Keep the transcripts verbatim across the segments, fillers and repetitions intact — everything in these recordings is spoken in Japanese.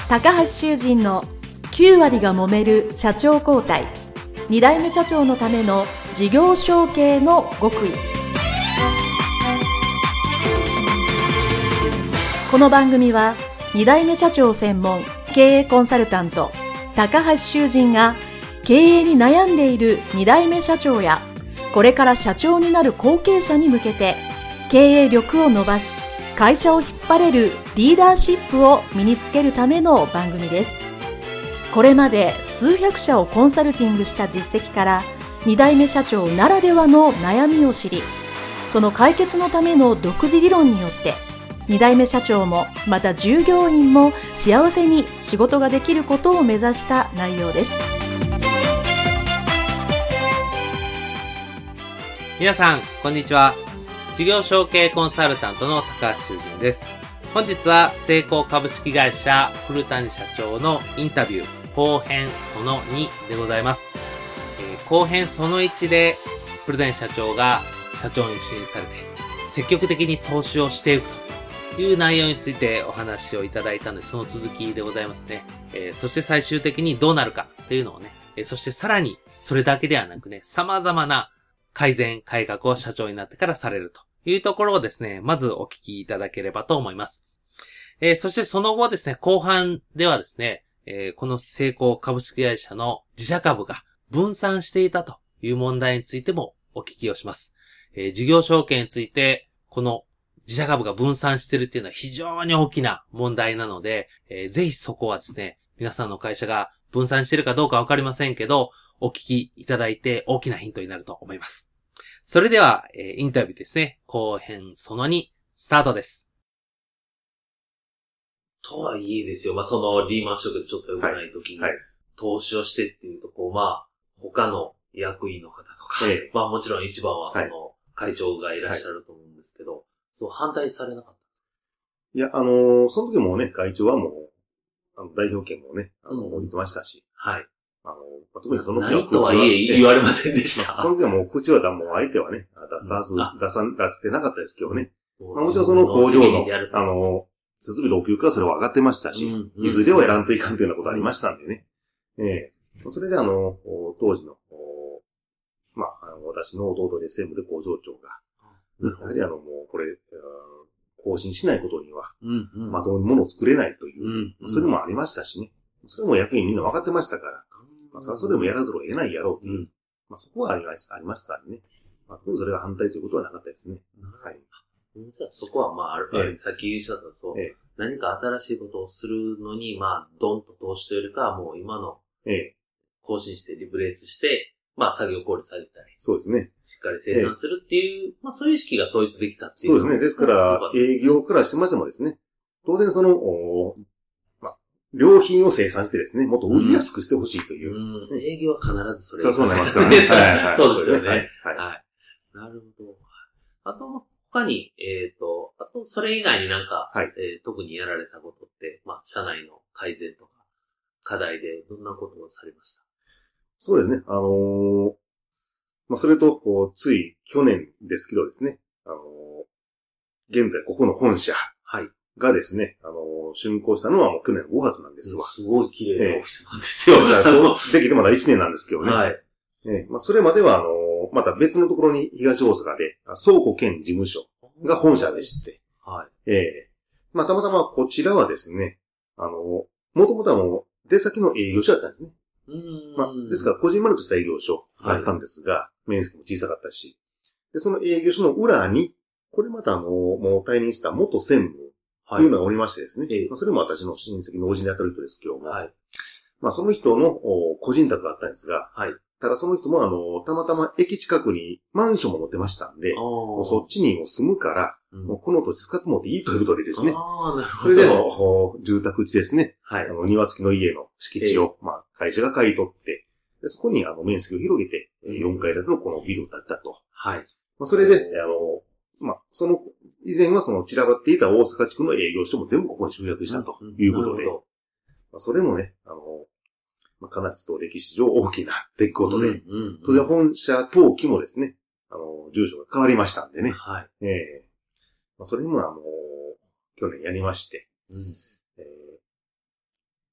高橋修人のきゅう割が揉める社長交代、に代目社長のための事業承継の極意。この番組はに代目社長専門経営コンサルタント高橋修人が経営に悩んでいるに代目社長やこれから社長になる後継者に向けて経営力を伸ばし会社を引っ張れるリーダーシップを身につけるための番組です。これまで数百社をコンサルティングした実績からに代目社長ならではの悩みを知り、その解決のための独自理論によってに代目社長もまた従業員も幸せに仕事ができることを目指した内容です。 皆さんこんにちは。事業承継コンサルタントの高橋修人です。本日は成功株式会社古谷社長のインタビュー後編そのにでございます。えー、後編そのいちで古谷社長が社長に就任されて積極的に投資をしていくという内容についてお話をいただいたので、その続きでございますね。えー、そして最終的にどうなるかというのをね、えー、そしてさらにそれだけではなくね、様々な改善改革を社長になってからされるというところをですね、まずお聞きいただければと思います。えー、そしてその後ですね、後半ではですね、えー、この成功株式会社の自社株が分散していたという問題についてもお聞きをします。えー、事業承継について、この自社株が分散しているっていうのは非常に大きな問題なので、えー、ぜひそこはですね、皆さんの会社が分散しているかどうかわかりませんけど、お聞きいただいて大きなヒントになると思います。それでは、えー、インタビューですね。後編そのに、スタートです。とはいえですよ。まあ、そのリーマンショックでちょっと良くない時に、はいはい、投資をしてっていうと、こう、まあ、他の役員の方とか、ええ、まあもちろん一番はその会長がいらっしゃると思うんですけど、はい、そう反対されなかったんですか？ いや、あのー、その時もね、会長はもう、あの代表権もね、あの、置いてましたし、 はい。 あの、特にその時はないとはいえ言われませんでした。 まあ、その時はもう口はもう相手はね、出さず、出さ、出してなかったですけどね。まあ、もちろんその工場の、あの、設備老朽化はそれは上がってましたし、うんうん、いずれはやらんといかんというようなことありましたんでね。うん、ええー、それであの、当時の、まあ、あの私の弟で専務で工場長が、やはりあの、もうこれ、更新しないことには、うんうん、まともにものを作れないという、うんうん、それもありましたしね。それも役員みんな分かってましたから、まあ、それはそれもやらざるを得ないやろうという、うん、まあ、そこはありました、ありましたね。まあ、それが反対ということはなかったですね。はい。 じゃあそこはまあ、ある、ええ、さっき言いしたとそう、ええ、何か新しいことをするのに、まあ、ドンと投資というよりかは、もう今の、更新してリプレイスして、まあ、作業効率上げたり。 そうですね。 しっかり生産するっていう、ええ、まあ、そういう意識が統一できたっていう。 そうですね。ですから、営業からしてましてもですね、当然その、まあ、良品を生産してですね、もっと売りやすくしてほしいという。 うん、営業は必ずそれ。 そう、そうなりますからね。 はいはい、そうですよね。はい。 はい。 なるほど。あと、他に、えっと、あと、それ以外になんか、はい、えー、特にやられたことって、まあ、社内の改善とか、課題でどんなことをされました？ そうですね。あのー、まあ、それと、こう、つい去年ですけどですね、あのー、現在ここの本社がですね、あのー、竣工したのはもう去年ごがつなんですわ。 すごい綺麗なオフィスなんですよ。 えー、できてまだいちねんなんですけどね。はい。えー、まあ、それまでは、あのー、また別のところに東大阪で、倉庫兼事務所が本社でして、はい。ええー、まあ、たまたまこちらはですね、あの、もともとはもう出先の営業所だったんですね。うん。まあ、ですから、こじんまりとした営業所だったんですが、はい、面積も小さかったし、で、その営業所の裏に、これまたあの、もう退任した元専務というのがおりましてですね、はい、まあ、それも私の親戚のおじに当たる人ですけども、はい。まあ、その人の個人宅があったんですが、はい。ただその人もあの、たまたま駅近くにマンションも持ってましたんで、もうそっちにも住むから、うん、もうこの土地使ってもらっていいということでですね。 ああ、なるほど。 それで住宅地ですね。はい。あの、庭付きの家の敷地を、えー、まあ、会社が買い取って、でそこにあの、面積を広げて、よんかい建てのこのビルを建てたと。はい。まあ、それで、あの、まあ、その、以前はその散らばっていた大阪地区の営業所も全部ここに集約したということで、うんうん、まあ、それもね、あの、まあ、かなりちょっと歴史上大きな出来事で、うんうんうん、当然本社登記もですね、あの、住所が変わりましたんでね。はい。ええー、まあ、それもあの、去年やりまして、うん、え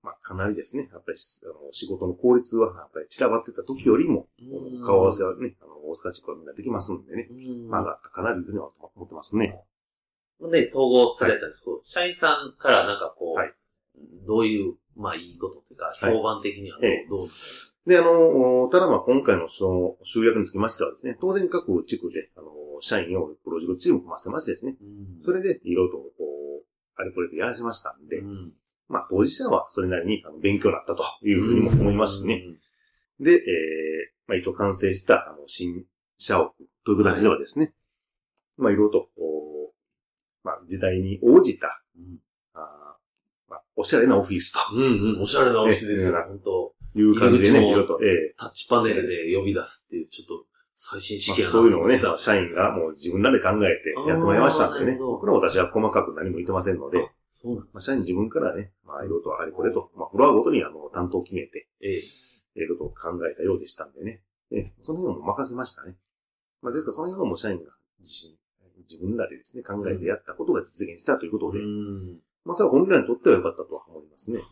まあ、かなりですね、やっぱり、あの、仕事の効率は、やっぱり散らばってた時よりも、顔合わせはね、あの、大阪地区はみんなできますんでね、まあ、上がったかなりというのは思ってますね。 で、統合されたんですけど、はい、社員さんからなんかこう、はい、どういう、まあ、いいことっていうか、評判的にはどう、はい、どうですか？ で、あの、ただまあ、今回のその、集約につきましてはですね、当然各地区で、あの、社員をプロジェクトチームを組ませましてですね、うん、それで、いろいろと、こう、あれこれとやらせましたんで、うん、まあ、当事者はそれなりに勉強になったというふうにも思いますしね。で、えー、まあ、一応完成した、あの、新社屋という形ではですね、まあ、いろいろと、まあ、時代に応じた、うん、あまあ、おしゃれなオフィスと。 うんうん、おしゃれなオフィスですよ、本当いう感じでね、いろいろと、 えー、タッチパネルで呼び出すっていう、ちょっと、最新式やな、 まあ。そういうのをね、社員がもう自分らで考えてやってもらいましたんでね。僕らは私は細かく何も言ってませんので、 そうなんです、 まあ、社員自分からね、まあ、いろいろとあれこれと、まあ、フロアごとにあの、担当を決めて、ええ、いろいろと考えたようでしたんでね。ええ、その辺も任せましたね。まあ、ですからその辺はもう社員が自身、自分らでですね、考えてやったことが実現したということで、うん、まあ、それは本来にとっては良かったとは思いますね。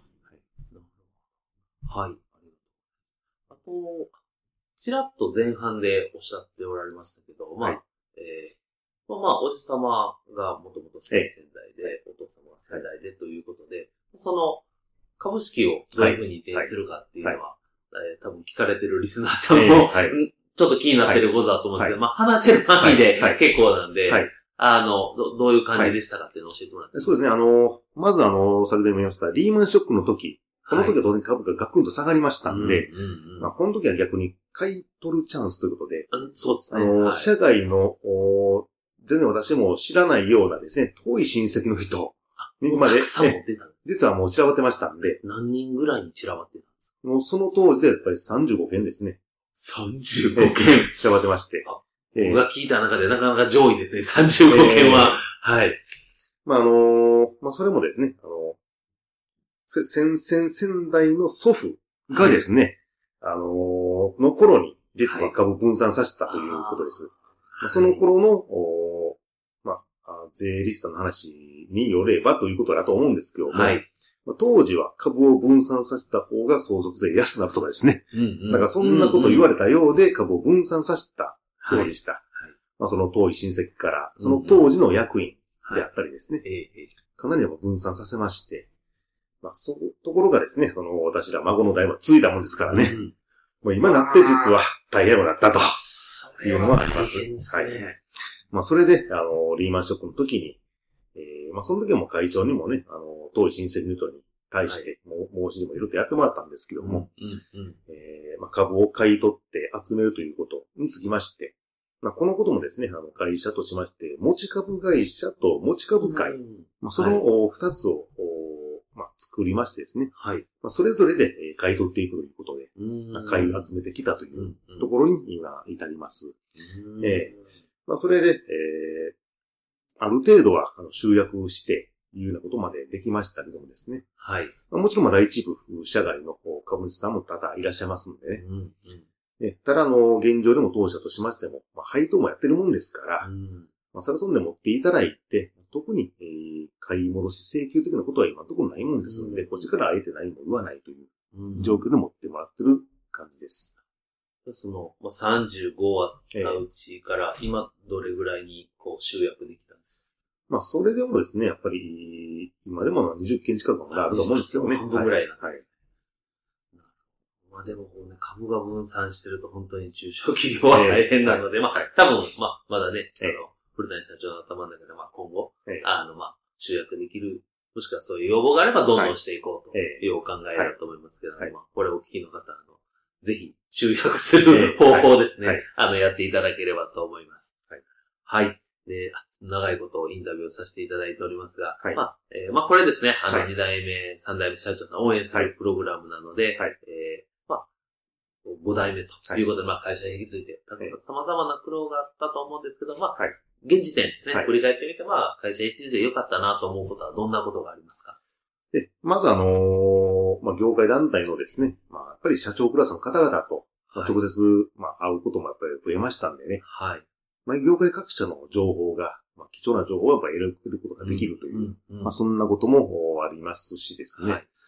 はい。はい。あと、ちらっと前半でおっしゃっておられましたけど、まあ、はい、えー、まあ、まあ、おじさまがもともと先代で、ええ、お父様が先代でということで、その株式をどういうふうに移転するかっていうのは、はいはい、えー、多分聞かれてるリスナーさんも、えーはい、ちょっと気になってることだと思うんですけど、はい、まあ、話せる範囲で結構なんで、はいはい、あのど、どういう感じでしたかっていうのを教えてもらって、はい、 そうですね、あの、まずあの、先ほども言いました、リーマンショックの時、この時は当然株がガクンと下がりましたんで、うんうんうん、まあ、この時は逆に買い取るチャンスということで、 うん、そうですね。 あの、はい、社外の、全然私も知らないようなですね、遠い親戚の人にまで、ね、実はもう散らばってましたんで。 何人ぐらいに散らばってたんですか？ もうその当時でやっぱりさんじゅうごけんですね。 さんじゅうごけん散らばってまして。 僕が聞いた中でなかなか上位ですね、さんじゅうごけんは。えー、はい。 まあ、あのー、まあ、それもですね、あのー、先々先代の祖父がですね、はい、あのー、の頃に実は株分散させたということです。はい、まあ、その頃の、まあ、税理士さんの話によればということだと思うんですけども、はい、まあ、当時は株を分散させた方が相続税安くなるとかですね。うんうん、だからそんなこと言われたようで株を分散させたようでした。はいはい、まあ、その遠い親戚から、その当時の役員であったりですね。はいはい、かなりやっぱ分散させまして、まあ、そう、ところがですね、その私ら孫の代は継いだもんですからね。うん、もう今なって実は大変になったというのはあります。はい。まあ、それで、あの、リーマンショックの時に、えー、まあ、その時はもう会長にもね、あの、遠い親戚の人に対して、はい、申し出もいろいろとやってもらったんですけども、うんうんうん、えー、まあ、株を買い取って集めるということにつきまして、まあ、このこともですね、あの、会社としまして、持ち株会社と持ち株会、うん、まあ、その二つを、まあ、作りましてですね、はい、まあ、それぞれで買い取っていくということで、うん、買い集めてきたというところに今至ります。うん、えーまあ、それで、えー、ある程度はあの集約していうようなことまでできましたけどもですね。はい。まあ、もちろんまだ一部、社外の株主さんも多々いらっしゃいますんでね。うんうん、えただ、あの、現状でも当社としましても、まあ、配当もやってるもんですから、うん、まあ、それそんで持っていただいて、特に、えー、買い戻し請求的なことは今のところないもんですので、うん、こっちからあえて何も言わないという状況で持ってもらってる感じです。 その、まあ、さんじゅうごあったうちから、今どれぐらいにこう集約できたんですか？ まあ、それでもですね、やっぱり、今でもにじゅっけん近くまであると思うんですけどね。 半分ぐらいなんです、はいはい。まあでも、ね、株が分散してると本当に中小企業は大変なので、えー、まあ、はい、多分、まあ、まだね、えー、あの、古谷社長の頭の中で、まあ今後、えー、あの、まあ、集約できる、もしくはそういう要望があればどんどんしていこうというお考えだと思いますけど、はいはい、まあ、これをお聞きの方、あの、ぜひ集約する方法ですね、はいはい。あの、やっていただければと思います。はい。はい。で、長いことインタビューをさせていただいておりますが、はい、まあ、えー、まあ、これですね、あの、に代目、さん代目社長さんを応援するプログラムなので、はい、えー、まあ、ご代目ということで、まあ、会社に引き継いで、様々な苦労があったと思うんですけど、まあ、はい、現時点ですね、はい、振り返ってみて、まあ、会社に引き継いで良かったなと思うことはどんなことがありますか？ で、まずあのー、まあ、業界団体のですね、まあ、やっぱり社長クラスの方々と、まあ、直接、まあ、会うこともやっぱり増えましたんでね。はい。まあ、業界各社の情報が、まあ、貴重な情報をやっぱり得ることができるという、うんうんうん、まあ、そんなこともありますしですね。はい。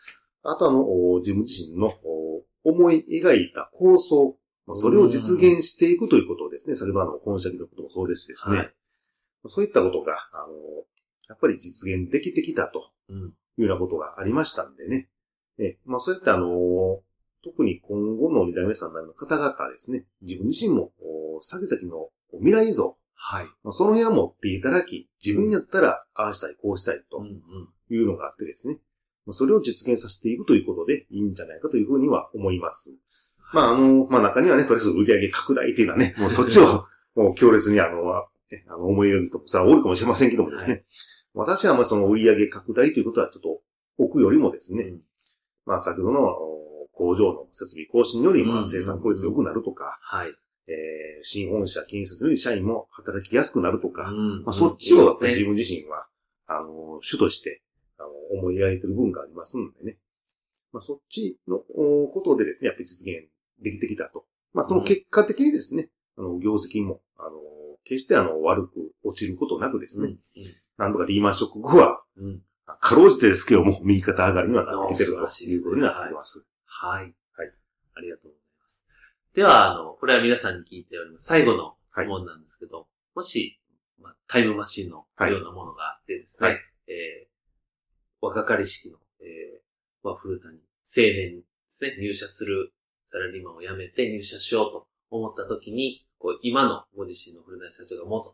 あとあの、自分自身の思い描いた構想、それを実現していくということをですね、先ほどの本社のこともそうですしですね、はい、そういったことが、あの、やっぱり実現できてきたというようなことがありましたんでね、えまあそういったあの、特に今後の二代目さんの方々ですね、自分自身も先々の未来像、はい、その辺は持っていただき、自分やったらああしたい、こうしたいというのがあってですね、それを実現させていくということでいいんじゃないかというふうには思います。まあ、あの、まあ、中にはね、とりあえず売上拡大っていうのはね、もうそっちを、もう強烈にあの、あの思い描くと、それは多いかもしれませんけどもですね。はい、私はまあその売上拡大ということはちょっと置くよりもですね、うん、まあ、先ほどの工場の設備更新よりも生産効率良くなるとか、うんうんうん、はい。えー、新本社建設より社員も働きやすくなるとか、うん、まあ、そっちをやっぱり自分自身は、あの、主として、あの、思い描いている部分がありますんでね。まあ、そっちのことでですね、やっぱり実現できてきたと。まあ、その結果的にですね、うん、あの、業績も、あの、決してあの、悪く落ちることなくですね、うんうん、なんとかリーマンショック後は、うん、かろうじてですけども、右肩上がりにはなってきてるということになっています。 はい。はい。ありがとうございます。では、あの、これは皆さんに聞いております。最後の質問なんですけど、はい、もし、まあ、タイムマシンのようなものがあってですね、はい、えー、若かりしきの、えー、まあ、古谷青年ですね、入社するサラリーマンを辞めて入社しようと思った時に、こう今のご自身の古谷社長が戻って、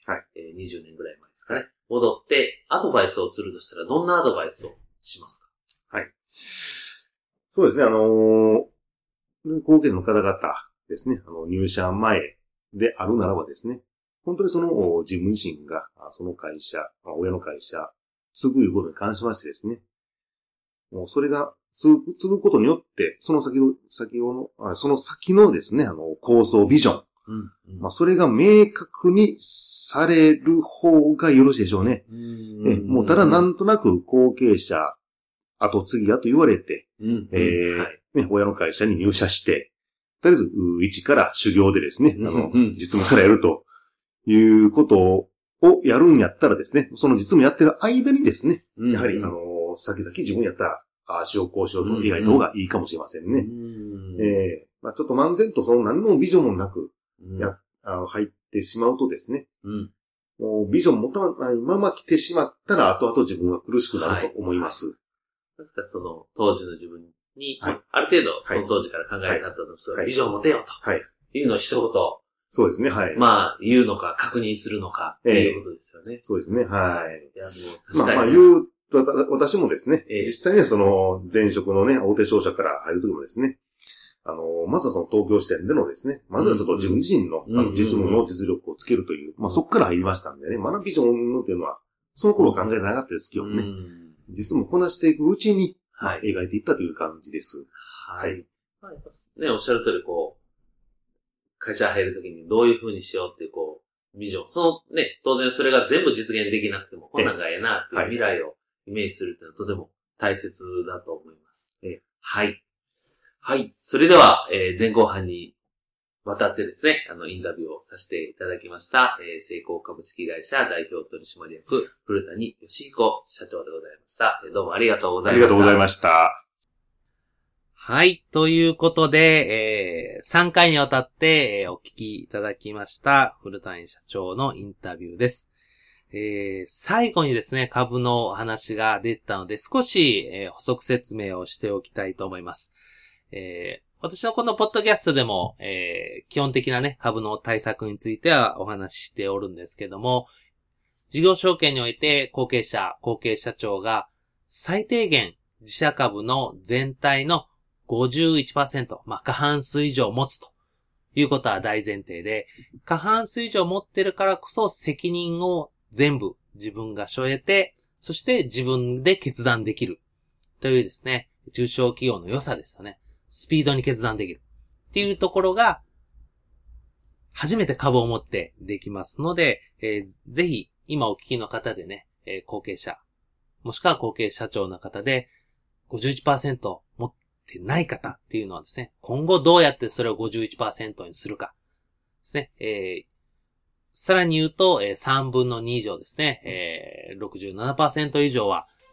はい、えー、にじゅうねんぐらい前ですかね、戻ってアドバイスをするとしたらどんなアドバイスをしますか？はい。そうですね、あのー、後継の方々ですね、あの、入社前であるならばですね、本当にその自分自身がその会社、親の会社、継ぐいうことに関しましてですね、もうそれが継ぐ、継ぐことによって、その先の、先の、その先のですね、あの、構想、ビジョン。うんうん、まあ、それが明確にされる方がよろしいでしょうね。うんえもうただなんとなく後継者、後継ぎやと言われて、うんうんえーはいね、親の会社に入社して、とりあえず、一から修行でですね、あの、うんうん、実務からやるということをやるんやったらですね、その実務やってる間にですね、うんうん、やはり、あの、先々自分やったら、ああしようこうしようと描いた方がいいかもしれませんね。うんうん、えーまあ、ちょっと漫然とその何のビジョンもなく、や、あの、入ってしまうとですね、うん、もうビジョン持たないまま来てしまったら、後々自分が苦しくなると思います。 はい、ですからその、当時の自分に、はい、ある程度、その当時から考えたったの人が、ビジョンを持てよと。はい。いうのを一言。 そうですね、はい。 まあ、言うのか、確認するのか、っていうことですよね。 えー、そうですね、はい。いや、もう、確かに。まあ、まあ、言う、私もですね、えー、実際にはその、前職のね、大手商社から入るときもですね、あの、まずはその東京支店でのですね、まずはちょっと自分自身の、うん、あの実務の実力をつけるという、うん、まあそこから入りましたんでね、まだビジョンっていうのは、その頃考えてなかったですけどね、うん、実務をこなしていくうちに、はい、描いていったという感じです。 はい。はい、まあ、ね、おっしゃる通り、こう、会社入るときにどういう風にしようっていう、こう、ビジョン。そのね、当然それが全部実現できなくても、こんなんがええなっていう未来をイメージするっていうのはとても大切だと思います。えはい。はい。それでは、えー、前後半にわたってですね、あの、インタビューをさせていただきました、えー、セイコー株式会社代表取締役、古谷義彦社長でございました。どうもありがとうございました。 ありがとうございました。 はい。ということで、えー、さんかいにわたって、えー、お聞きいただきました、古谷社長のインタビューです。えー、最後にですね、株のお話が出たので、少し、えー、補足説明をしておきたいと思います。えー、私のこのポッドキャストでも、えー、基本的なね、株の対策についてはお話ししておるんですけども、事業承継において後継者、後継社長が最低限自社株の全体の ごじゅういちパーセント、まあ、過半数以上持つということは大前提で、過半数以上持ってるからこそ責任を全部自分が背負えて、そして自分で決断できるというですね、中小企業の良さですよね。スピードに決断できるっていうところが初めて株を持ってできますので、えー、ぜひ今お聞きの方でね、えー、後継者もしくは後継社長の方で ごじゅういちパーセント 持ってない方っていうのはですね、今後どうやってそれを ごじゅういちパーセント にするかですね、えー、さらに言うと、えー、さんぶんのに以上ですね、えー、ろくじゅうななパーセント 以上は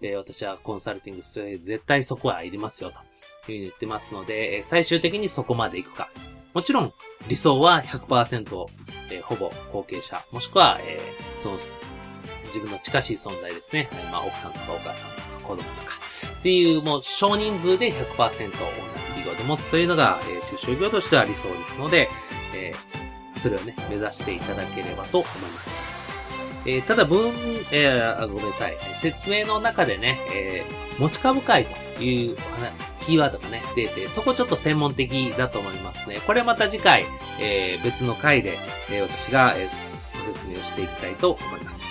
えー、私はコンサルティングストレート絶対そこはいりますよというふうに言ってますので、えー、最終的にそこまで行くか。もちろん理想は ひゃくパーセント、えー、ほぼ後継者、もしくは、えー、その自分の近しい存在ですね。まあ奥さんとかお母さんとか子供とかっていうもう少人数で ひゃくパーセント 同じ企業で持つというのが、えー、中小企業としては理想ですので、えー、それをね目指していただければと思います。えー、ただ文、えー、ごめんなさい。説明の中でね、えー、持ち株会というキーワードがね、出て、そこちょっと専門的だと思いますね。これまた次回、えー、別の回で、えー、私が、えー、ご説明をしていきたいと思います。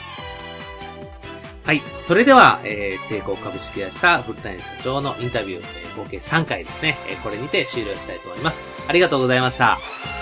はい。それでは、えー、成功株式会社古谷社長のインタビュー、えー、合計さんかいですね、えー。これにて終了したいと思います。ありがとうございました。